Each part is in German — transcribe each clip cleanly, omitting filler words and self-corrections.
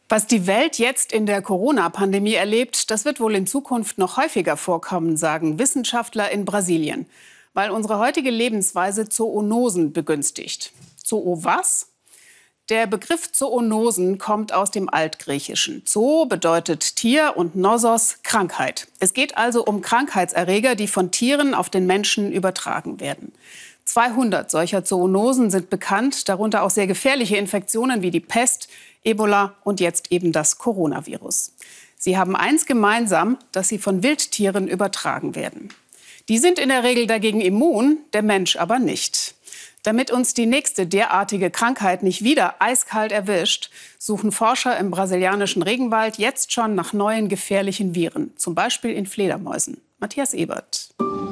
Was die Welt jetzt in der Corona-Pandemie erlebt, das wird wohl in Zukunft noch häufiger vorkommen, sagen Wissenschaftler in Brasilien, weil unsere heutige Lebensweise Zoonosen begünstigt. Zoo was? Der Begriff Zoonosen kommt aus dem Altgriechischen. Zoo bedeutet Tier und Nosos Krankheit. Es geht also um Krankheitserreger, die von Tieren auf den Menschen übertragen werden. 200 solcher Zoonosen sind bekannt, darunter auch sehr gefährliche Infektionen wie die Pest, Ebola und jetzt eben das Coronavirus. Sie haben eins gemeinsam, dass sie von Wildtieren übertragen werden. Die sind in der Regel dagegen immun, der Mensch aber nicht. Damit uns die nächste derartige Krankheit nicht wieder eiskalt erwischt, suchen Forscher im brasilianischen Regenwald jetzt schon nach neuen gefährlichen Viren, zum Beispiel in Fledermäusen. Matthias Ebert.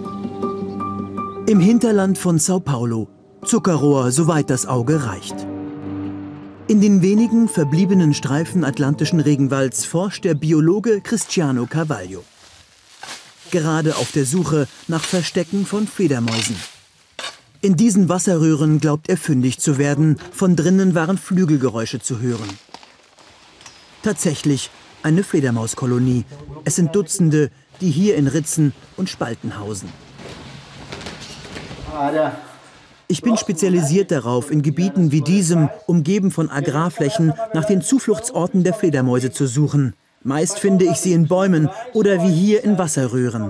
Im Hinterland von São Paulo, Zuckerrohr, soweit das Auge reicht. In den wenigen verbliebenen Streifen atlantischen Regenwalds forscht der Biologe Cristiano Carvalho. Gerade auf der Suche nach Verstecken von Fledermäusen. In diesen Wasserröhren glaubt er fündig zu werden, von drinnen waren Flügelgeräusche zu hören. Tatsächlich eine Fledermauskolonie. Es sind Dutzende, die hier in Ritzen und Spalten hausen. Ich bin spezialisiert darauf, in Gebieten wie diesem, umgeben von Agrarflächen, nach den Zufluchtsorten der Fledermäuse zu suchen. Meist finde ich sie in Bäumen oder wie hier in Wasserröhren.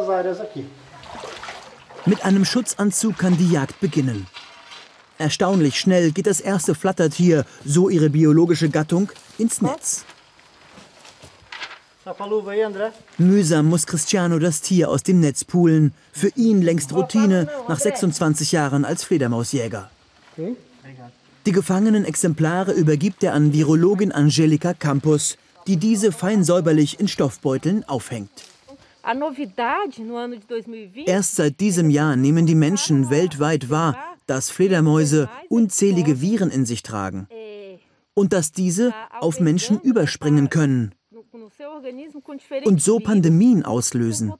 Mit einem Schutzanzug kann die Jagd beginnen. Erstaunlich schnell geht das erste Flattertier, so ihre biologische Gattung, ins Netz. Mühsam muss Cristiano das Tier aus dem Netz poolen. Für ihn längst Routine nach 26 Jahren als Fledermausjäger. Die gefangenen Exemplare übergibt er an Virologin Angélica Campos, die diese fein säuberlich in Stoffbeuteln aufhängt. Erst seit diesem Jahr nehmen die Menschen weltweit wahr, dass Fledermäuse unzählige Viren in sich tragen und dass diese auf Menschen überspringen können und so Pandemien auslösen.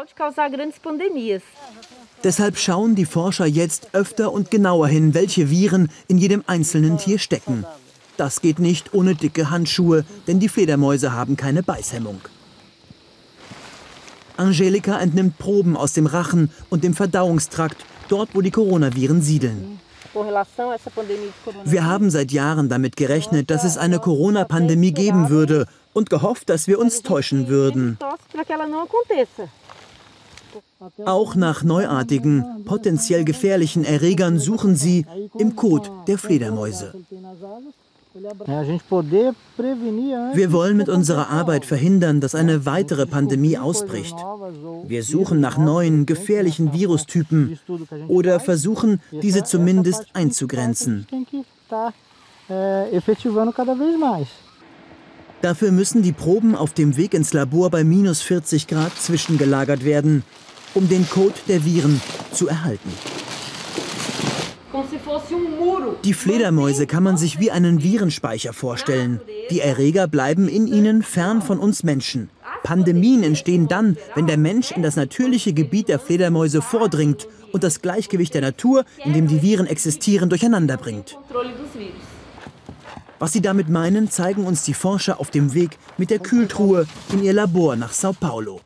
Deshalb schauen die Forscher jetzt öfter und genauer hin, welche Viren in jedem einzelnen Tier stecken. Das geht nicht ohne dicke Handschuhe, denn die Fledermäuse haben keine Beißhemmung. Angélica entnimmt Proben aus dem Rachen und dem Verdauungstrakt, dort wo die Coronaviren siedeln. Wir haben seit Jahren damit gerechnet, dass es eine Corona-Pandemie geben würde und gehofft, dass wir uns täuschen würden. Auch nach neuartigen, potenziell gefährlichen Erregern suchen sie im Kot der Fledermäuse. Wir wollen mit unserer Arbeit verhindern, dass eine weitere Pandemie ausbricht. Wir suchen nach neuen, gefährlichen Virustypen oder versuchen, diese zumindest einzugrenzen. Dafür müssen die Proben auf dem Weg ins Labor bei minus 40 Grad zwischengelagert werden, um den Code der Viren zu erhalten. Die Fledermäuse kann man sich wie einen Virenspeicher vorstellen. Die Erreger bleiben in ihnen fern von uns Menschen. Pandemien entstehen dann, wenn der Mensch in das natürliche Gebiet der Fledermäuse vordringt und das Gleichgewicht der Natur, in dem die Viren existieren, durcheinander bringt. Was sie damit meinen, zeigen uns die Forscher auf dem Weg mit der Kühltruhe in ihr Labor nach São Paulo.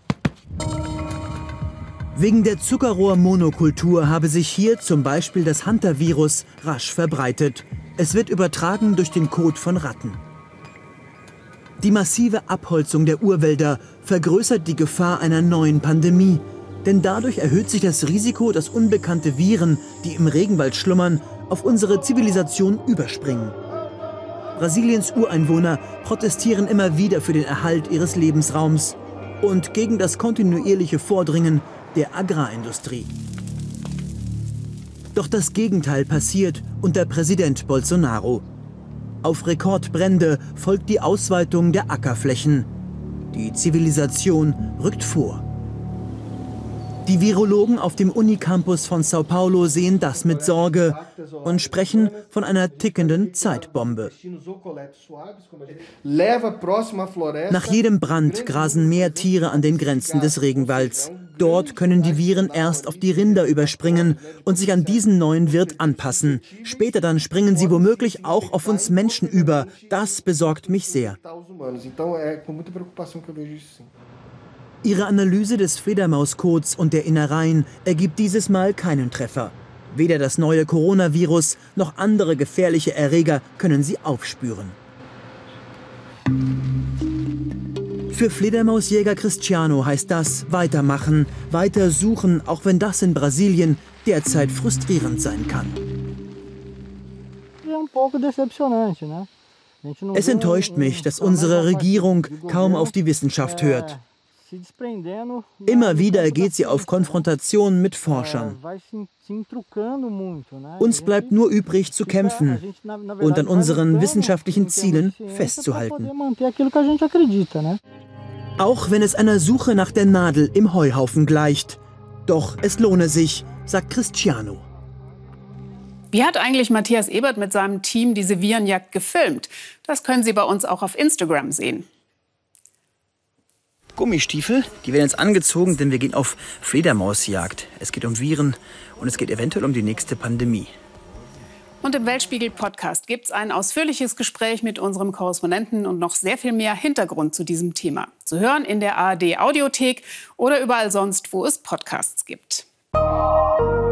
Wegen der Zuckerrohrmonokultur habe sich hier zum Beispiel das Hantavirus rasch verbreitet. Es wird übertragen durch den Kot von Ratten. Die massive Abholzung der Urwälder vergrößert die Gefahr einer neuen Pandemie. Denn dadurch erhöht sich das Risiko, dass unbekannte Viren, die im Regenwald schlummern, auf unsere Zivilisation überspringen. Brasiliens Ureinwohner protestieren immer wieder für den Erhalt ihres Lebensraums und gegen das kontinuierliche Vordringen der Agrarindustrie. Doch das Gegenteil passiert unter Präsident Bolsonaro. Auf Rekordbrände folgt die Ausweitung der Ackerflächen. Die Zivilisation rückt vor. Die Virologen auf dem Unicampus von São Paulo sehen das mit Sorge und sprechen von einer tickenden Zeitbombe. Nach jedem Brand grasen mehr Tiere an den Grenzen des Regenwalds. Dort können die Viren erst auf die Rinder überspringen und sich an diesen neuen Wirt anpassen. Später dann springen sie womöglich auch auf uns Menschen über. Das besorgt mich sehr. Ihre Analyse des Fledermauscodes und der Innereien ergibt dieses Mal keinen Treffer. Weder das neue Coronavirus noch andere gefährliche Erreger können sie aufspüren. Für Fledermausjäger Cristiano heißt das weitermachen, weiter suchen, auch wenn das in Brasilien derzeit frustrierend sein kann. Es enttäuscht mich, dass unsere Regierung kaum auf die Wissenschaft hört. Immer wieder geht sie auf Konfrontation mit Forschern. Uns bleibt nur übrig, zu kämpfen und an unseren wissenschaftlichen Zielen festzuhalten. Auch wenn es einer Suche nach der Nadel im Heuhaufen gleicht. Doch es lohne sich, sagt Cristiano. Wie hat eigentlich Matthias Ebert mit seinem Team diese Virenjagd gefilmt? Das können Sie bei uns auch auf Instagram sehen. Gummistiefel, die werden jetzt angezogen, denn wir gehen auf Fledermausjagd. Es geht um Viren und es geht eventuell um die nächste Pandemie. Und im Weltspiegel-Podcast gibt es ein ausführliches Gespräch mit unserem Korrespondenten und noch sehr viel mehr Hintergrund zu diesem Thema. Zu hören in der ARD-Audiothek oder überall sonst, wo es Podcasts gibt.